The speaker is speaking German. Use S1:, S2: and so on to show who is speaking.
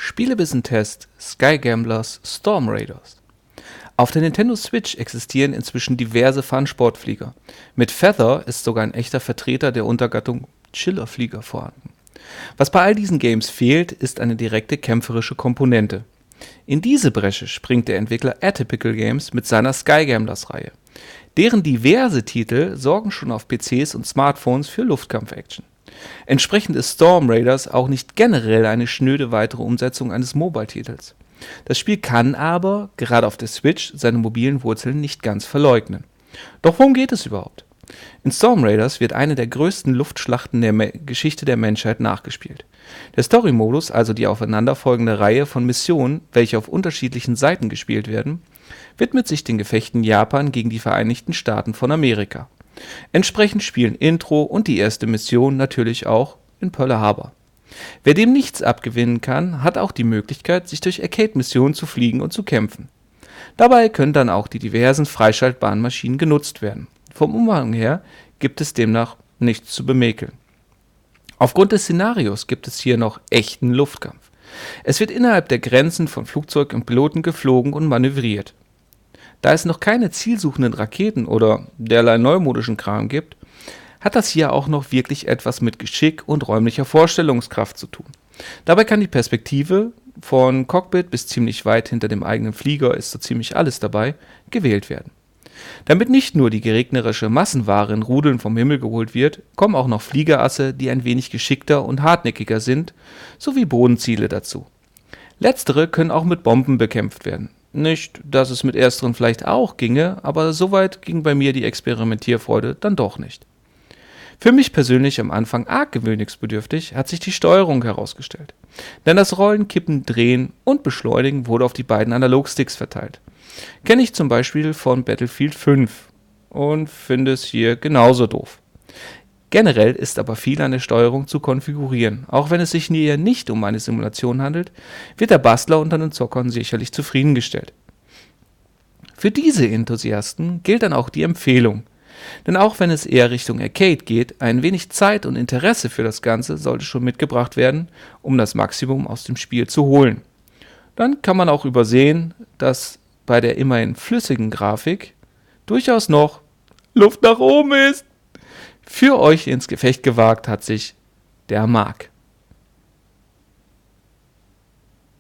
S1: Spielebissentest Sky Gamblers Storm Raiders. Auf der Nintendo Switch existieren inzwischen diverse Fun-Sportflieger. Mit Feather ist sogar ein echter Vertreter der Untergattung Chillerflieger vorhanden. Was bei all diesen Games fehlt, ist eine direkte kämpferische Komponente. In diese Bresche springt der Entwickler Atypical Games mit seiner Sky Gamblers-Reihe. Deren diverse Titel sorgen schon auf PCs und Smartphones für Luftkampf-Action. Entsprechend ist Storm Raiders auch nicht generell eine schnöde weitere Umsetzung eines Mobile-Titels. Das Spiel kann aber, gerade auf der Switch, seine mobilen Wurzeln nicht ganz verleugnen. Doch worum geht es überhaupt? In Storm Raiders wird eine der größten Luftschlachten der Geschichte der Menschheit nachgespielt. Der Story-Modus, also die aufeinanderfolgende Reihe von Missionen, welche auf unterschiedlichen Seiten gespielt werden, widmet sich den Gefechten Japan gegen die Vereinigten Staaten von Amerika. Entsprechend spielen Intro und die erste Mission natürlich auch in Pearl Harbor. Wer dem nichts abgewinnen kann, hat auch die Möglichkeit, sich durch Arcade-Missionen zu fliegen und zu kämpfen. Dabei können dann auch die diversen freischaltbaren Maschinen genutzt werden. Vom Umfang her gibt es demnach nichts zu bemäkeln. Aufgrund des Szenarios gibt es hier noch echten Luftkampf. Es wird innerhalb der Grenzen von Flugzeug und Piloten geflogen und manövriert. Da es noch keine zielsuchenden Raketen oder derlei neumodischen Kram gibt, hat das hier auch noch wirklich etwas mit Geschick und räumlicher Vorstellungskraft zu tun. Dabei kann die Perspektive, von Cockpit bis ziemlich weit hinter dem eigenen Flieger ist so ziemlich alles dabei, gewählt werden. Damit nicht nur die gegnerische Massenware in Rudeln vom Himmel geholt wird, kommen auch noch Fliegerasse, die ein wenig geschickter und hartnäckiger sind, sowie Bodenziele dazu. Letztere können auch mit Bomben bekämpft werden. Nicht, dass es mit ersteren vielleicht auch ginge, aber soweit ging bei mir die Experimentierfreude dann doch nicht. Für mich persönlich am Anfang arg gewöhnungsbedürftig hat sich die Steuerung herausgestellt. Denn das Rollen, Kippen, Drehen und Beschleunigen wurde auf die beiden Analogsticks verteilt. Kenne ich zum Beispiel von Battlefield 5 und finde es hier genauso doof. Generell ist aber viel an der Steuerung zu konfigurieren. Auch wenn es sich hier nicht um eine Simulation handelt, wird der Bastler unter den Zockern sicherlich zufriedengestellt. Für diese Enthusiasten gilt dann auch die Empfehlung. Denn auch wenn es eher Richtung Arcade geht, ein wenig Zeit und Interesse für das Ganze sollte schon mitgebracht werden, um das Maximum aus dem Spiel zu holen. Dann kann man auch übersehen, dass bei der immerhin flüssigen Grafik durchaus noch Luft nach oben ist. Für euch ins Gefecht gewagt hat sich der Marc.